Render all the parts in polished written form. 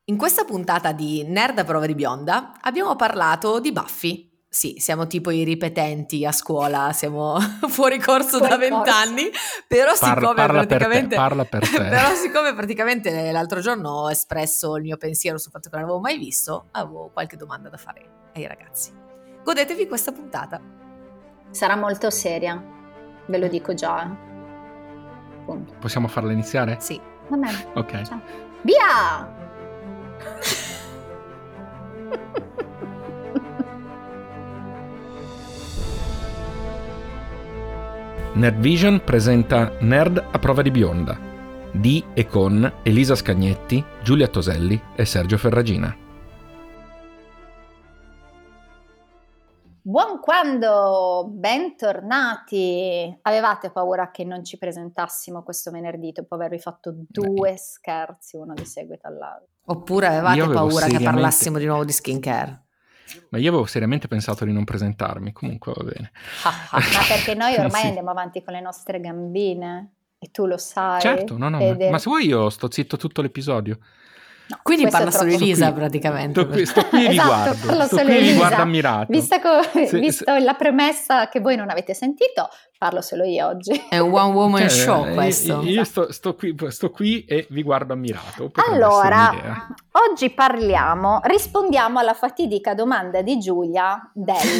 In questa puntata di Nerd a prova di bionda abbiamo parlato di Buffy. Sì, siamo tipo i ripetenti a scuola, siamo fuori corso da 20 anni, però parla per te. Però siccome praticamente l'altro giorno ho espresso il mio pensiero sul fatto che non l'avevo mai visto, avevo qualche domanda da fare ai ragazzi. Godetevi questa puntata. Sarà molto seria, ve lo dico già. Punto. Possiamo farla iniziare? Sì. Va bene. Ok. Ciao. Via! Nerdvision presenta Nerd a prova di bionda di e con Elisa Scagnetti, Giulia Toselli e Sergio Ferragina. Buon quando, bentornati. Avevate paura che non ci presentassimo questo venerdì dopo avervi fatto due scherzi uno di seguito all'altro? Oppure avevate paura che parlassimo di nuovo di skincare? Ma io avevo seriamente pensato di non presentarmi, comunque va bene. Ma perché noi ormai andiamo avanti con le nostre gambine e tu lo sai. Certo, no, ma se vuoi io sto zitto tutto l'episodio. No, quindi parla solo Elisa praticamente. Sto qui e vi guardo. Sto qui e vi guardo ammirato. Visto la premessa che voi non avete sentito, parlo solo io oggi. È un one woman show questo. Io sto qui e vi guardo ammirato. Allora, oggi rispondiamo alla fatidica domanda di Giulia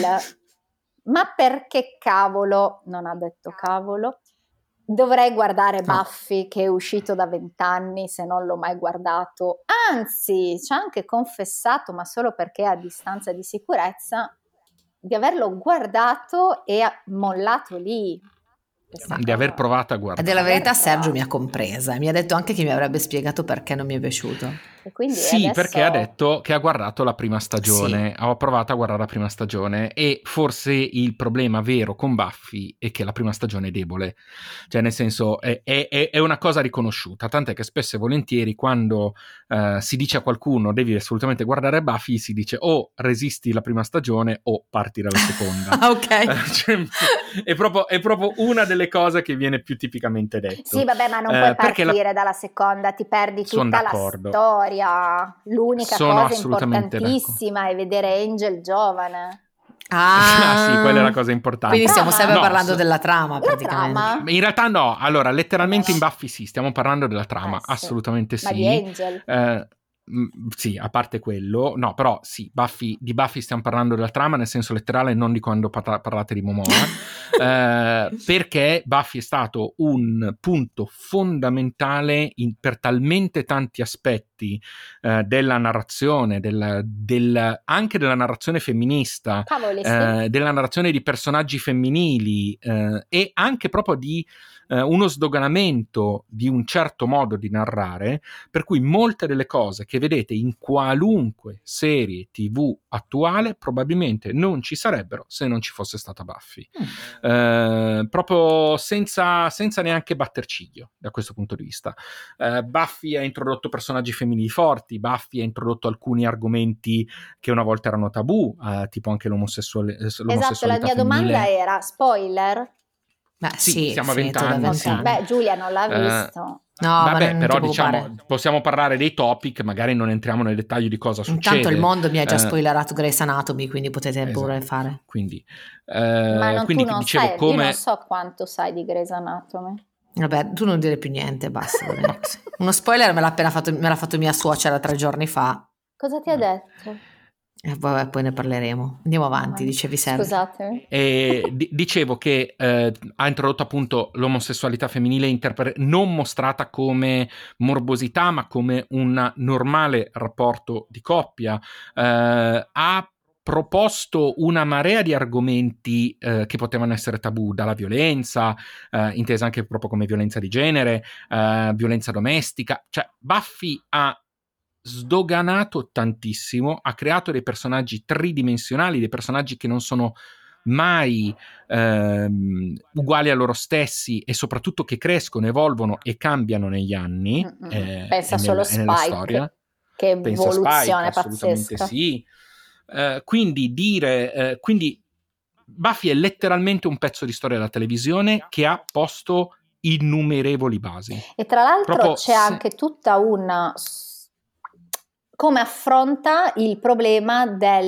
ma perché cavolo, non ha detto cavolo, dovrei guardare Buffy che è uscito da 20 anni se non l'ho mai guardato, anzi ci ha anche confessato, ma solo perché a distanza di sicurezza, di averlo guardato e mollato lì. Di aver provato a guardare. E della verità Sergio mi ha compresa e mi ha detto anche che mi avrebbe spiegato perché non mi è piaciuto. E quindi sì, adesso... perché ha detto che ha guardato la prima stagione, sì. Ho provato a guardare la prima stagione e forse il problema vero con Buffy è che la prima stagione è debole, cioè nel senso è una cosa riconosciuta, tant'è che spesso e volentieri quando si dice a qualcuno devi assolutamente guardare Buffy, si dice o resisti la prima stagione o parti dalla seconda. Ok. Cioè, è proprio una delle cose che viene più tipicamente detto. Sì, vabbè, ma non puoi partire dalla seconda, ti perdi tutta la storia. L'unica cosa importantissima è vedere Angel giovane. Sì, quella è la cosa importante. Quindi stiamo sempre parlando della trama, praticamente. Trama? In realtà no, allora letteralmente in Buffy sì, stiamo parlando della trama, assolutamente sì. Ma di Angel? Sì, a parte quello, no, però sì, di Buffy stiamo parlando della trama nel senso letterale, non di quando parlate di Momoa, perché Buffy è stato un punto fondamentale per talmente tanti aspetti della narrazione, anche della narrazione femminista, della narrazione di personaggi femminili e anche proprio di uno sdoganamento di un certo modo di narrare, per cui molte delle cose che vedete in qualunque serie TV attuale probabilmente non ci sarebbero se non ci fosse stata Buffy. Proprio senza neanche batter ciglio da questo punto di vista. Buffy ha introdotto personaggi femminili forti, Buffy ha introdotto alcuni argomenti che una volta erano tabù, tipo anche l'omosessualità. Esatto, la mia domanda era, spoiler? Beh, sì, siamo a 20 anni. Okay. Beh, Giulia non l'ha visto. No, vabbè, però diciamo, possiamo parlare dei topic, magari non entriamo nel dettaglio di cosa succede. Intanto il mondo mi ha già spoilerato Grey's Anatomy, quindi potete pure fare. Quindi, ma quindi tu non dicevo sai, come... io non so quanto sai di Grey's Anatomy. Vabbè, tu non dire più niente, basta. Uno spoiler me l'ha fatto mia suocera 3 giorni fa. Cosa ti ha detto? Vabbè, poi ne parleremo. Andiamo avanti, dicevi sempre. Scusate. Dicevo che ha introdotto appunto l'omosessualità femminile non mostrata come morbosità, ma come un normale rapporto di coppia. Ha proposto una marea di argomenti che potevano essere tabù, dalla violenza, intesa anche proprio come violenza di genere, violenza domestica. Cioè Buffy ha sdoganato tantissimo, ha creato dei personaggi tridimensionali, dei personaggi che non sono mai uguali a loro stessi e soprattutto che crescono, evolvono e cambiano negli anni. Pensa solo nella Spike, storia. che evoluzione Spike, assolutamente pazzesca. Sì. Quindi Buffy è letteralmente un pezzo di storia della televisione che ha posto innumerevoli basi. E tra l'altro c'è anche tutta una come affronta il problema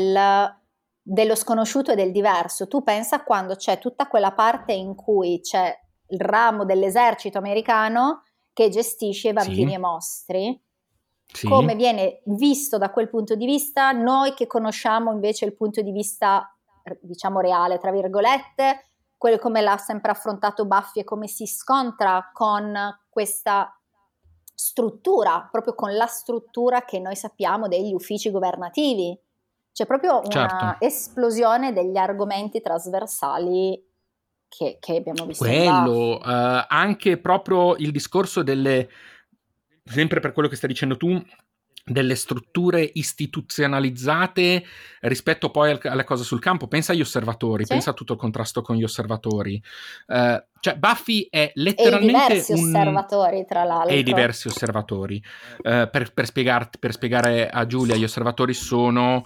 dello sconosciuto e del diverso. Tu pensa quando c'è tutta quella parte in cui c'è il ramo dell'esercito americano che gestisce i vampiri Sì. e mostri, Sì. come viene visto da quel punto di vista, noi che conosciamo invece il punto di vista, diciamo, reale, tra virgolette, quello come l'ha sempre affrontato Buffy e come si scontra con questa struttura, proprio con la struttura che noi sappiamo degli uffici governativi. C'è proprio una Certo. esplosione degli argomenti trasversali che abbiamo visto in Quello, Buffy. anche proprio il discorso delle, sempre per quello che stai dicendo tu, delle strutture istituzionalizzate rispetto poi alle cose sul campo. Pensa agli osservatori, Sì. pensa a tutto il contrasto con gli osservatori. Cioè Buffy è E i letteralmente diversi osservatori, tra l'altro. E i diversi osservatori. Per spiegare a Giulia, gli osservatori sono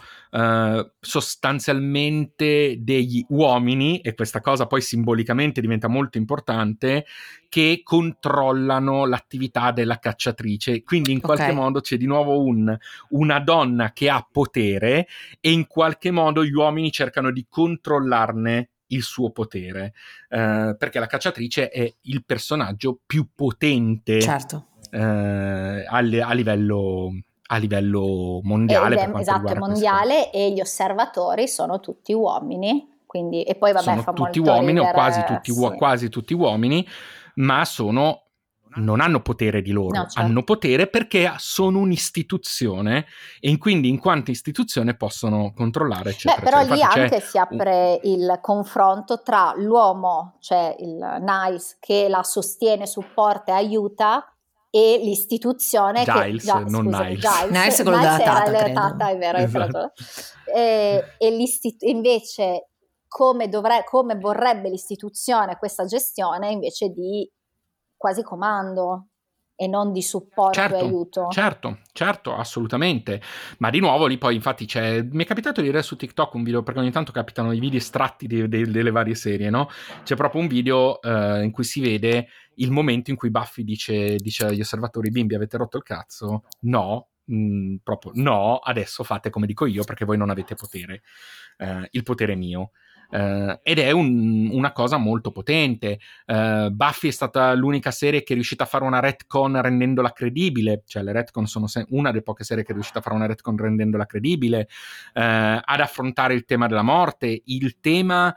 sostanzialmente degli uomini, e questa cosa poi simbolicamente diventa molto importante, che controllano l'attività della cacciatrice. Quindi in qualche modo c'è di nuovo una donna che ha potere, e in qualche modo gli uomini cercano di controllarne il suo potere, perché la cacciatrice è il personaggio più potente, certo, a livello mondiale, per quanto esatto, riguarda mondiale, e gli osservatori sono tutti uomini, quindi, e poi vabbè, sono fa tutti molto uomini, o ridere, quasi tutti uomini, ma non hanno potere di loro, No, certo. hanno potere perché sono un'istituzione, e quindi in quanto istituzione possono controllare, eccetera. Però eccetera. lì Infatti anche si apre il confronto tra l'uomo, cioè il Niles, che la sostiene, supporta e aiuta, e l'istituzione Giles, non Niles. Niles è quello della era tata, la credo. tata, è vero, Esatto. e invece come vorrebbe l'istituzione questa gestione, invece di quasi comando e non di supporto e aiuto. Certo, assolutamente. Ma di nuovo lì poi infatti mi è capitato di vedere su TikTok un video, perché ogni tanto capitano i video estratti delle varie serie, no? C'è proprio un video in cui si vede il momento in cui Buffy dice agli osservatori: bimbi, avete rotto il cazzo? No, proprio no, adesso fate come dico io, perché voi non avete potere, il potere è mio. Ed è una cosa molto potente. Buffy è stata l'unica serie che è riuscita a fare una retcon rendendola credibile, cioè le retcon sono una delle poche serie che è riuscita a fare una retcon rendendola credibile, ad affrontare il tema della morte, il tema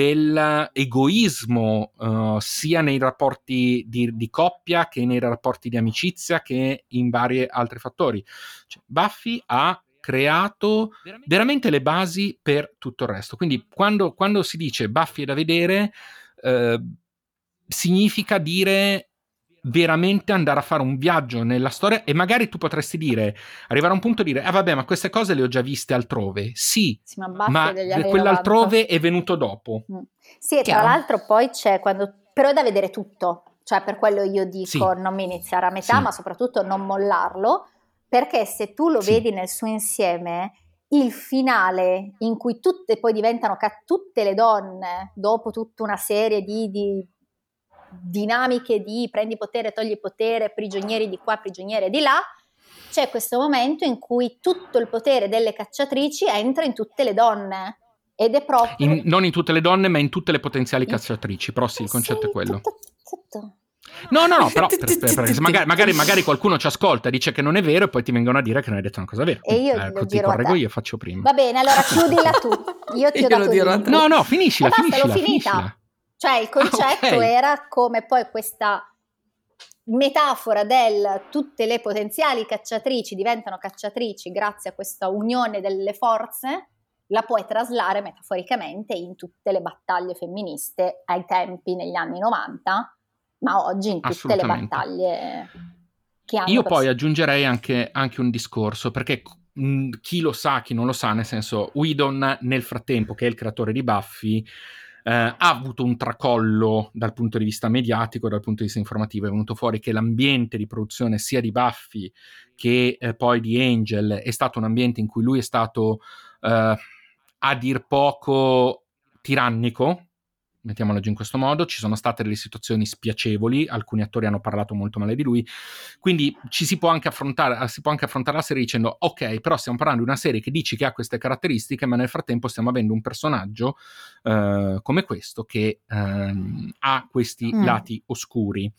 dell'egoismo, sia nei rapporti di coppia che nei rapporti di amicizia che in vari altri fattori. Cioè, Buffy ha creato veramente le basi per tutto il resto. Quindi quando si dice Buffy è da vedere, significa dire veramente andare a fare un viaggio nella storia, e magari tu potresti arrivare a un punto e dire vabbè, ma queste cose le ho già viste altrove. Sì, ma quell'altrove è venuto dopo. Sì, e tra l'altro poi c'è però è da vedere tutto, cioè per quello io dico non mi iniziare a metà, ma soprattutto non mollarlo, perché se tu lo vedi nel suo insieme, il finale in cui tutte poi diventano tutte le donne, dopo tutta una serie di dinamiche di prendi potere, togli potere, prigionieri di qua, prigionieri di là, c'è questo momento in cui tutto il potere delle cacciatrici entra in tutte le donne, ed è proprio... non in tutte le donne, ma in tutte le potenziali cacciatrici, però sì, il concetto è quello. Tutto. No, però magari qualcuno ci ascolta e dice che non è vero, e poi ti vengono a dire che non hai detto una cosa vera. E io ti correggo io, faccio prima. Va bene, allora chiudila tu. Io ti ho dato l'input. No, finiscila. L'ho finita. Cioè il concetto era come poi questa metafora del tutte le potenziali cacciatrici diventano cacciatrici grazie a questa unione delle forze, la puoi traslare metaforicamente in tutte le battaglie femministe ai tempi, negli anni 90, ma oggi in tutte le battaglie che hanno... Io poi aggiungerei anche un discorso, perché chi lo sa, chi non lo sa, nel senso, Whedon nel frattempo, che è il creatore di Buffy, ha avuto un tracollo dal punto di vista mediatico, dal punto di vista informativo. È venuto fuori che l'ambiente di produzione sia di Buffy che poi di Angel è stato un ambiente in cui lui è stato a dir poco tirannico, mettiamola giù in questo modo, ci sono state delle situazioni spiacevoli, alcuni attori hanno parlato molto male di lui, quindi si può anche affrontare la serie dicendo ok, però stiamo parlando di una serie che dici che ha queste caratteristiche, ma nel frattempo stiamo avendo un personaggio come questo che ha questi lati oscuri.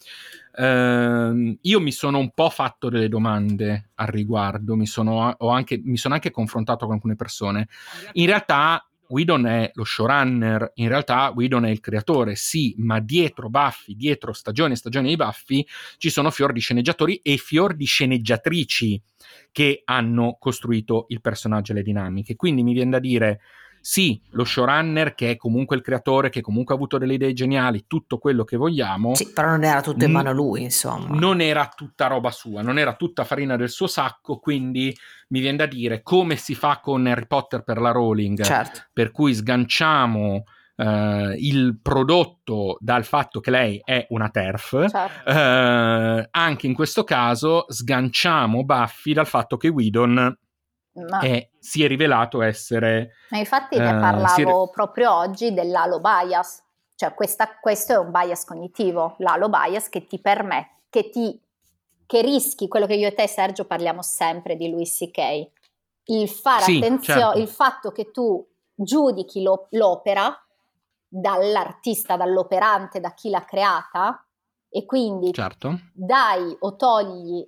Io mi sono un po' fatto delle domande al riguardo, mi sono anche confrontato con alcune persone. In realtà Whedon è lo showrunner, in realtà Whedon è il creatore, sì, ma dietro Buffy, dietro stagioni e stagioni di Buffy, ci sono fior di sceneggiatori e fior di sceneggiatrici che hanno costruito il personaggio e le dinamiche. Quindi mi viene da dire, sì, lo showrunner, che è comunque il creatore, che comunque ha avuto delle idee geniali, tutto quello che vogliamo. Sì, però non era tutto in mano a lui, insomma. Non era tutta roba sua, non era tutta farina del suo sacco, quindi mi viene da dire, come si fa con Harry Potter per la Rowling, certo, per cui sganciamo il prodotto dal fatto che lei è una TERF, certo. anche in questo caso sganciamo Buffy dal fatto che Whedon si è rivelato essere... Ma infatti ne parlavo proprio oggi dell'halo bias, cioè questo è un bias cognitivo, l'halo bias che ti permette, che rischi, quello che io e te Sergio parliamo sempre di Louis C.K., il fare attenzione, certo. Il fatto che tu giudichi l'opera dall'artista, dall'operante, da chi l'ha creata, e quindi certo. dai o togli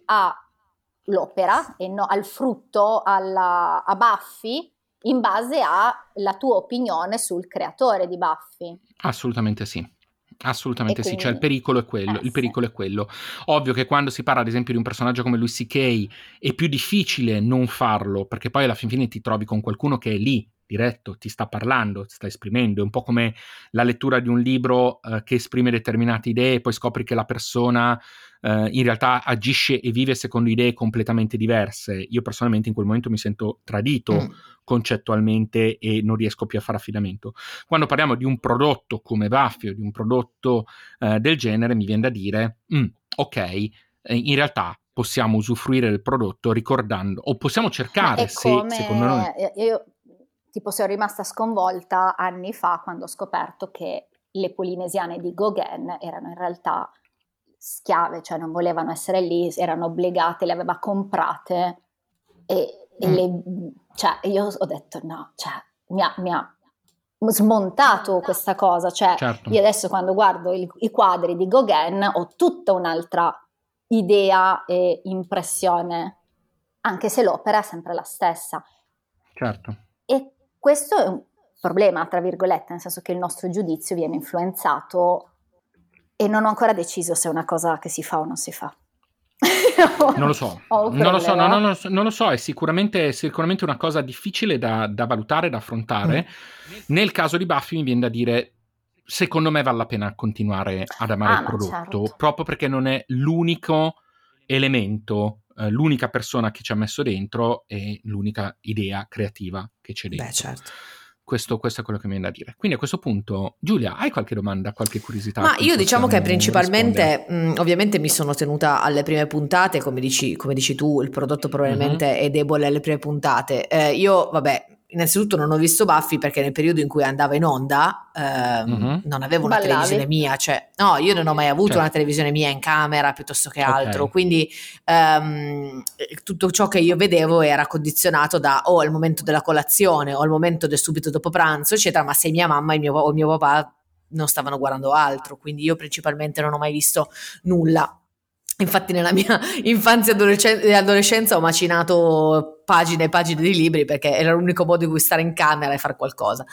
all'opera e no, al frutto, a Buffy, in base alla tua opinione sul creatore di Buffy. Assolutamente sì. Assolutamente quindi, sì, cioè il pericolo è quello, il pericolo è quello. Ovvio che quando si parla ad esempio di un personaggio come Louis C.K. è più difficile non farlo, perché poi alla fin fine ti trovi con qualcuno che è lì, diretto, ti sta parlando, ti sta esprimendo, è un po' come la lettura di un libro che esprime determinate idee e poi scopri che la persona in realtà agisce e vive secondo idee completamente diverse. Io personalmente in quel momento mi sento tradito concettualmente e non riesco più a fare affidamento. Quando parliamo di un prodotto come Buffy o di un prodotto del genere, mi viene da dire ok, in realtà possiamo usufruire del prodotto ricordando, o possiamo cercare, se secondo noi... Io tipo sono rimasta sconvolta anni fa quando ho scoperto che le polinesiane di Gauguin erano in realtà schiave, cioè non volevano essere lì, erano obbligate, le aveva comprate cioè io ho detto no, cioè mi ha smontato questa cosa, cioè certo. Io adesso quando guardo i quadri di Gauguin ho tutta un'altra idea e impressione, anche se l'opera è sempre la stessa. Certo. E questo è un problema, tra virgolette, nel senso che il nostro giudizio viene influenzato e non ho ancora deciso se è una cosa che si fa o non si fa. Non lo so, non lo so, è sicuramente una cosa difficile da valutare, da affrontare. Nel caso di Buffy mi viene da dire, secondo me vale la pena continuare ad amare il prodotto, certo. Proprio perché non è l'unico elemento, l'unica persona che ci ha messo dentro e l'unica idea creativa che c'è dentro. Beh, certo. Questo è quello che mi viene da dire. Quindi a questo punto, Giulia, hai qualche domanda, qualche curiosità? Ma io diciamo che principalmente, ovviamente mi sono tenuta alle prime puntate, come dici tu, il prodotto probabilmente è debole alle prime puntate. Io, vabbè, innanzitutto non ho visto Buffy perché nel periodo in cui andava in onda non avevo una televisione mia, cioè no, io non ho mai avuto una televisione mia in camera piuttosto che altro, quindi tutto ciò che io vedevo era condizionato da al momento della colazione o al momento del subito dopo pranzo, eccetera, ma se mia mamma o il mio papà non stavano guardando altro, quindi io principalmente non ho mai visto nulla. Infatti nella mia infanzia e adolescenza ho macinato pagine e pagine di libri perché era l'unico modo in cui stare in camera e fare qualcosa.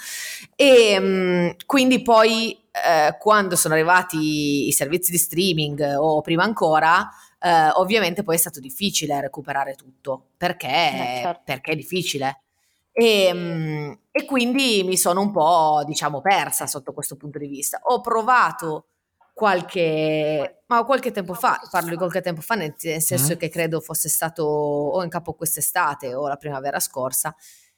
E quindi poi quando sono arrivati i servizi di streaming o prima ancora, ovviamente poi è stato difficile recuperare tutto perché è difficile. E quindi mi sono un po', diciamo, persa sotto questo punto di vista. Ho provato qualche tempo fa, parlo di qualche tempo fa nel senso che credo fosse stato o in capo quest'estate o la primavera scorsa,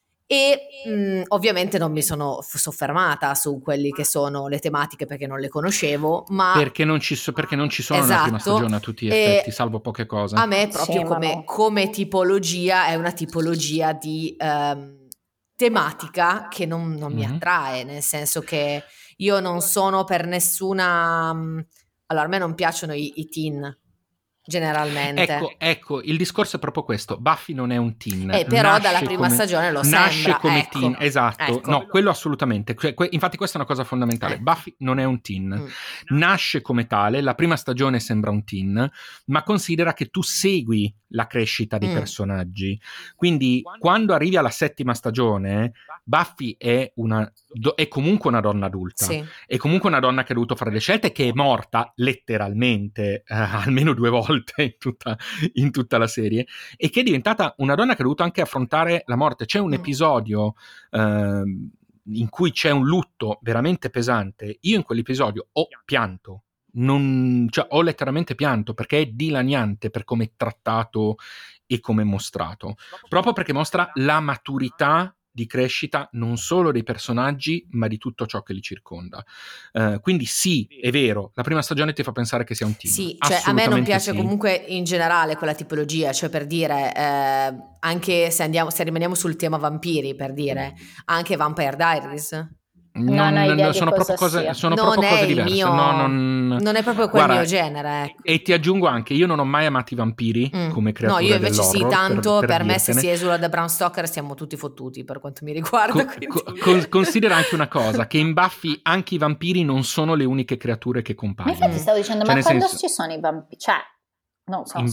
e ovviamente non mi sono soffermata su quelli che sono le tematiche perché non le conoscevo, ma perché non ci sono nella prima stagione a tutti gli effetti, salvo poche cose. A me proprio come tipologia è una tipologia di tematica che non mi attrae, nel senso che io non sono per nessuna... Allora, a me non piacciono i teen, generalmente. Ecco, il discorso è proprio questo. Buffy non è un teen. Però dalla prima stagione lo nasce sembra. come teen, esatto. Ecco. No, quello assolutamente. Infatti questa è una cosa fondamentale. Buffy non è un teen. Nasce come tale, la prima stagione sembra un teen, ma considera che tu segui la crescita dei personaggi. Quindi quando arrivi alla 7ª stagione, Buffy è comunque una donna adulta. Sì. È comunque una donna che ha dovuto fare le scelte, che è morta letteralmente almeno 2 volte in tutta la serie, e che è diventata una donna che ha dovuto anche affrontare la morte. C'è un episodio in cui c'è un lutto veramente pesante. Io in quell'episodio ho pianto. Ho letteralmente pianto, perché è dilaniante per come è trattato e come è mostrato, proprio perché mostra la maturità di crescita non solo dei personaggi, ma di tutto ciò che li circonda. Quindi sì, è vero, la prima stagione ti fa pensare che sia un teen. Sì, cioè a me non piace comunque in generale quella tipologia, cioè per dire, anche se rimaniamo sul tema vampiri, per dire, anche Vampire Diaries. Sono proprio cose diverse. Non è proprio quel mio genere, ecco. E ti aggiungo anche, io non ho mai amato i vampiri come creatura. No, io invece sì, tanto per me dirtene. se si esula da Bram Stoker siamo tutti fottuti, per quanto mi riguarda. Considera anche una cosa, che in Buffy anche i vampiri non sono le uniche creature che compaiono. Infatti stavo dicendo, ma quando ci sono i vampiri? Cioè, non so,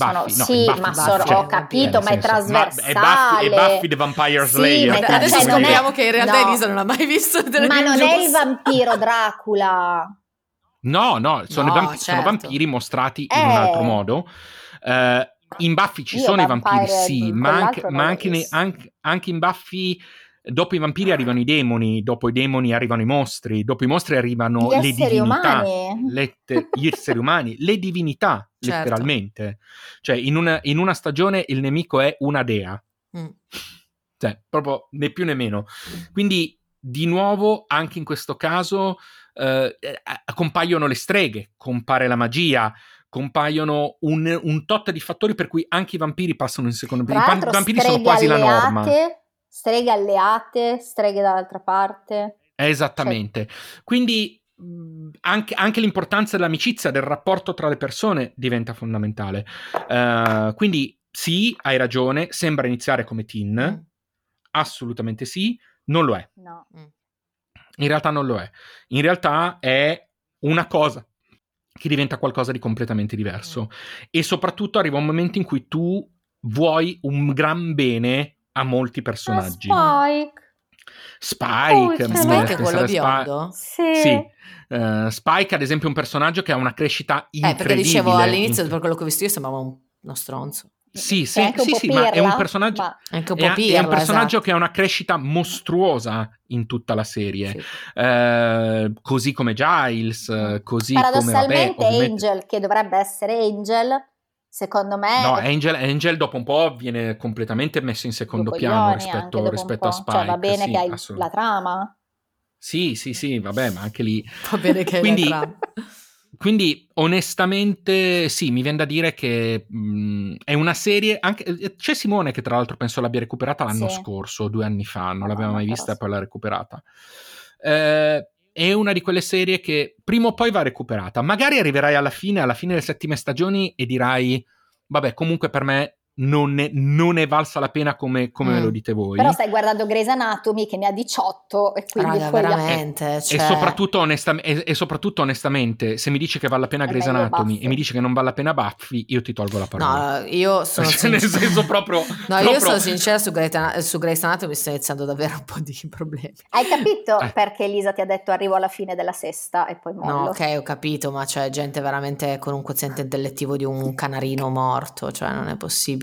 ho capito, ma è trasversale. È Buffy the Vampire Slayer. Sì, adesso scopriamo che in realtà Elisa non ha mai visto Ma non è il vampiro Dracula. No, sono vampiri mostrati in un altro modo. In Buffy ci sono i vampiri, sì, ma anche in Buffy... Dopo i vampiri arrivano i demoni, dopo i demoni arrivano i mostri, dopo i mostri arrivano le divinità, gli esseri umani, le divinità, letteralmente. Cioè in una stagione il nemico è una dea, cioè proprio né più né meno. Quindi di nuovo anche in questo caso compaiono le streghe, compare la magia, compaiono un tot di fattori per cui anche i vampiri passano in secondo piano. I vampiri sono quasi la norma. Streghe alleate, streghe dall'altra parte. Esattamente. Quindi anche l'importanza dell'amicizia, del rapporto tra le persone diventa fondamentale. Quindi sì, hai ragione, sembra iniziare come teen. Assolutamente sì, non lo è. No. In realtà non lo è. In realtà è una cosa che diventa qualcosa di completamente diverso. E soprattutto arriva un momento in cui tu vuoi un gran bene a molti personaggi. Spike è quello biondo? Sì. Spike ad esempio è un personaggio che ha una crescita incredibile. Perché dicevo all'inizio, per quello che ho visto io, sembrava uno stronzo. Sì, ma è un personaggio, anche un po' pirla, è un personaggio che ha una crescita mostruosa in tutta la serie, così come Giles, così paradossalmente come Angel, che dovrebbe essere Angel, secondo me no, Angel dopo un po' viene completamente messo in secondo piano rispetto a Spike. Cioè va bene che hai la trama? Sì, vabbè, ma anche lì va bene che hai la trama. Quindi onestamente sì, mi viene da dire che è una serie, anche c'è Simone che tra l'altro penso l'abbia recuperata l'anno scorso, 2 anni fa, non l'aveva mai vista e poi l'ha recuperata. È una di quelle serie che prima o poi va recuperata. Magari arriverai alla fine delle 7ime stagioni e dirai vabbè, comunque per me non è valsa la pena come me lo dite voi. Però stai guardando Grey's Anatomy che ne ha 18 e quindi veramente, e soprattutto onestamente se mi dici che vale la pena Grey's Anatomy e mi dici che non vale la pena Buffy, io ti tolgo la parola. No, io sono nel senso proprio io sono sincera, su Grey's Anatomy sto iniziando ad avere un po' di problemi. Hai capito perché Elisa ti ha detto arrivo alla fine della 6ª e poi mollo? No, ok, ho capito, ma c'è gente veramente con un quoziente intellettivo di un canarino morto, cioè non è possibile.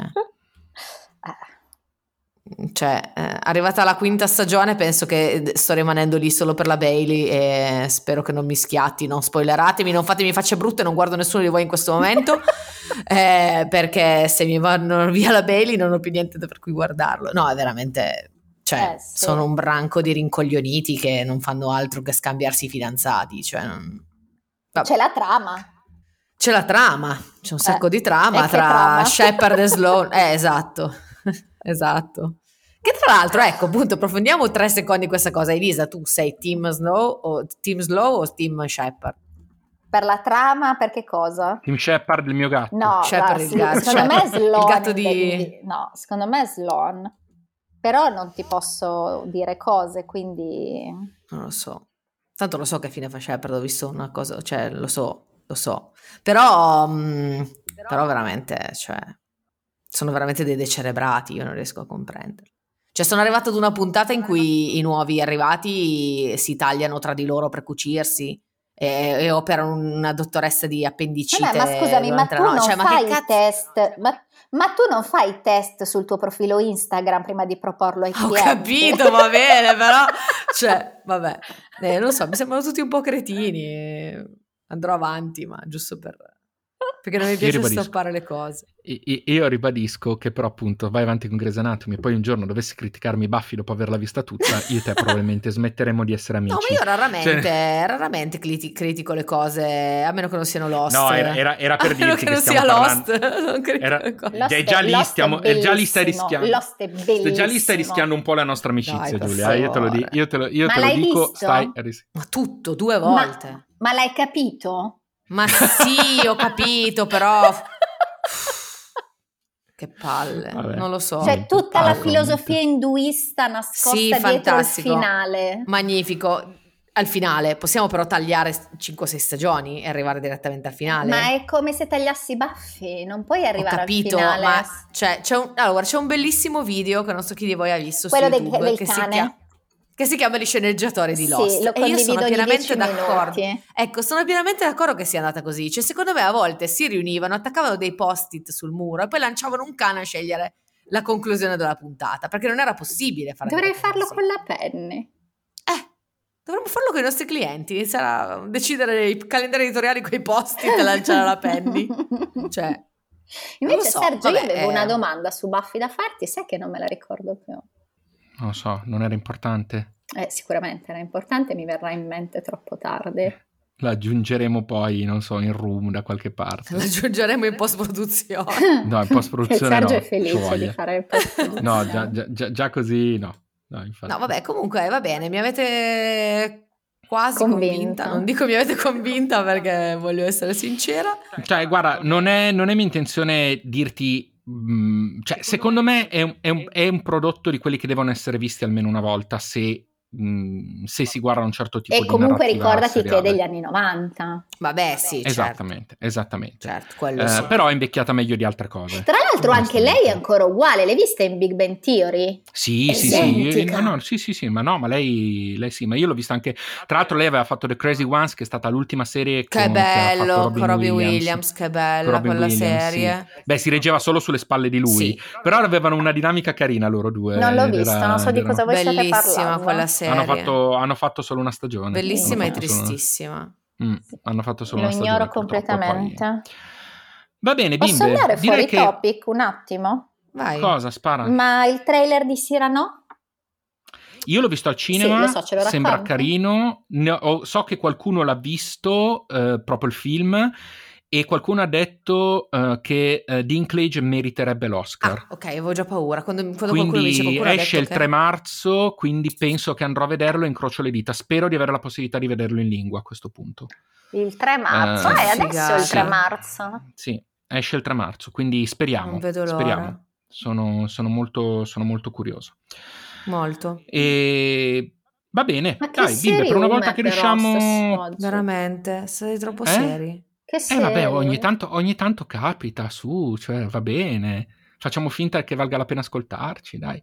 Cioè, arrivata alla 5ª stagione penso che sto rimanendo lì solo per la Bailey e spero che non mi schiatti, non spoileratemi, non fatemi facce brutte, non guardo nessuno di voi in questo momento perché se mi vanno via la Bailey non ho più niente per cui guardarlo. No, è veramente, cioè, sono un branco di rincoglioniti che non fanno altro che scambiarsi i fidanzati, cioè c'è la trama. C'è la trama, c'è un sacco di trama tra Shepard e Sloane. Esatto. Che tra l'altro, ecco, appunto, approfondiamo 3 secondi questa cosa. Elisa, tu sei team Slow o team Shepard? Per la trama, per che cosa? Team Shepard, il mio gatto. No, Shepard, il gatto. secondo me è Sloan. Il gatto di... No, secondo me è Sloan. Però non ti posso dire cose, quindi... Non lo so. Tanto lo so che fine fa Shepard, ho visto una cosa, cioè lo so. Però veramente, cioè, sono veramente dei decerebrati, io non riesco a comprendere. Cioè, sono arrivata ad una puntata in cui i nuovi arrivati si tagliano tra di loro per cucirsi e operano una dottoressa di appendicite. Vabbè, ma scusami, ma tu non fai che i test, ma tu non fai i test sul tuo profilo Instagram prima di proporlo ai clienti? Ho capito, va bene, però, cioè, vabbè, non so, mi sembrano tutti un po' cretini, andrò avanti, ma giusto perché non mi piace stoppare le cose. Io ribadisco che però appunto vai avanti con Grey's Anatomy e poi un giorno dovessi criticarmi Buffy dopo averla vista tutta, io e te probabilmente smetteremo di essere amici. No, ma io raramente critico le cose, a meno che non siano Lost. No, era per dirti che non stiamo sia parlando... Lost, non critico le cose. Già lì stai rischiando. Lost è bellissimo. Già lì stai rischiando un po', la nostra amicizia, Dai, Giulia. Io te lo dico, stai Ma tutto, 2 volte. Ma l'hai capito? Ma sì, ho capito, però che palle, vabbè. Non lo so. C'è tutta la filosofia induista nascosta dietro il finale. Magnifico. Al finale possiamo però tagliare 5-6 stagioni e arrivare direttamente al finale. Ma è come se tagliassi Buffy, non puoi arrivare al finale. Ma c'è un bellissimo video che non so chi di voi ha visto quello su YouTube del cane. Che si chiama Gli sceneggiatori di Lost. Sì, lo condivido, e io sono pienamente d'accordo. Minuti. Ecco, sono pienamente d'accordo che sia andata così. Cioè, secondo me a volte si riunivano, attaccavano dei post-it sul muro e poi lanciavano un cane a scegliere la conclusione della puntata, perché non era possibile fare. Dovrei farlo con la Penny. Dovremmo farlo con i nostri clienti, iniziare a decidere i calendari editoriali con i post-it e lanciare la Penny. Cioè, invece Sergio, io avevo una domanda su Buffy da farti, sai che non me la ricordo più. Non lo so, non era importante? Sicuramente era importante, mi verrà in mente troppo tardi. La aggiungeremo poi, non so, in room da qualche parte. La aggiungeremo in post-produzione. No, in post-produzione Sergio no. è felice di fare il post-produzione. No, già così no. No, vabbè, comunque va bene, mi avete quasi convinta. Non dico mi avete convinta perché voglio essere sincera. Cioè, guarda, non è mia intenzione dirti... cioè, secondo me è un prodotto di quelli che devono essere visti almeno una volta se si guarda un certo tipo di narrativa. E comunque ricordati seriale. che è degli anni 90. Vabbè, sì, esattamente. Certo, quello sì. Però è invecchiata meglio di altre cose. Tra l'altro anche lei è ancora uguale, l'hai vista in Big Bang Theory? Sì. Sì, ma lei sì, ma io l'ho vista anche, tra l'altro lei aveva fatto The Crazy Ones, che è stata l'ultima serie che bello, con Robin Williams, che bella quella serie. Sì. Beh, si reggeva solo sulle spalle di lui, sì. Però avevano una dinamica carina loro due. Non l'ho vista, non so di cosa voi state parlando. Bellissima quella serie. Hanno fatto solo una stagione. Bellissima e tristissima. Hanno fatto solo una stagione. Lo ignoro completamente. Poi... Va bene, bimbe. Posso andare fuori topic un attimo? Vai. Cosa? Spara. Ma il trailer di Cyrano? Io l'ho visto al cinema, sì, lo so, ce lo sembra racconti? carino. So che qualcuno l'ha visto, proprio il film, e qualcuno ha detto che Dinklage meriterebbe l'Oscar. Ok, avevo già paura. Quando quindi qualcuno dice, qualcuno esce il 3 che... marzo, quindi penso che andrò a vederlo e incrocio le dita. Spero di avere la possibilità di vederlo in lingua a questo punto. Il 3 marzo? Adesso il 3 marzo? Sì, esce il 3 marzo, quindi speriamo. Non vedo l'ora. Speriamo. Sono molto curioso. Molto. E... Va bene, dai, bimbe, per una volta che riusciamo... Veramente, sei troppo seri. Che serie? Vabbè, ogni tanto capita, su, cioè, va bene. Facciamo finta che valga la pena ascoltarci, dai.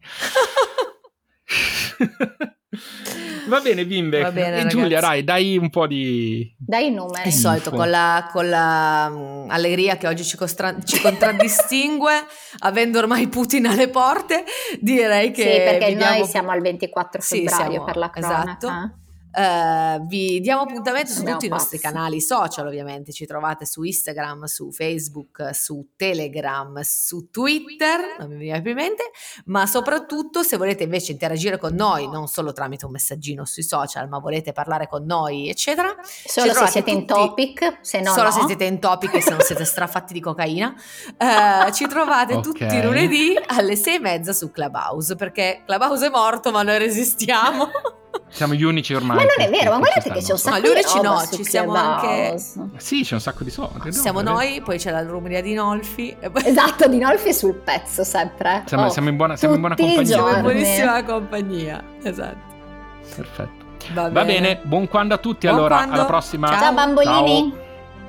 Va bene, bimbe. Va bene, e Giulia, dai un po' di... Dai i numeri. È solito, con la allegria che oggi ci contraddistingue, avendo ormai Putin alle porte, direi che... Sì, perché noi siamo al 24 febbraio per la cronaca. Esatto. Vi diamo appuntamento su tutti i nostri canali social, ovviamente ci trovate su Instagram, su Facebook, su Telegram, su Twitter, non mi viene più in mente, ma soprattutto se volete invece interagire con noi, non solo tramite un messaggino sui social, ma volete parlare con noi, eccetera. Solo se siete in topic, se no solo no. se siete in topic e se non siete strafatti di cocaina. Ci trovate tutti i lunedì alle 6:30 su Clubhouse, perché Clubhouse è morto, ma noi resistiamo. Siamo gli unici ormai. Ma non è vero, ma guardate che c'è un sacco di roba su ci siamo anche. Sì, c'è un sacco di soldi. Siamo noi, poi c'è la rubrica di Nolfi. Esatto, di Nolfi è sul pezzo sempre. Siamo in buona compagnia. Siamo in buonissima compagnia, esatto. Perfetto. Va bene, buon quando a tutti. Buon allora, quando. alla prossima. Ciao bambolini. Ciao.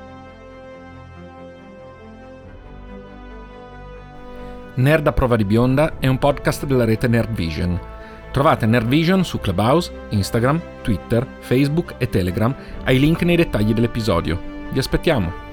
Nerd a prova di bionda è un podcast della rete Nerd Vision. Trovate Nerd Vision su Clubhouse, Instagram, Twitter, Facebook e Telegram ai link nei dettagli dell'episodio. Vi aspettiamo!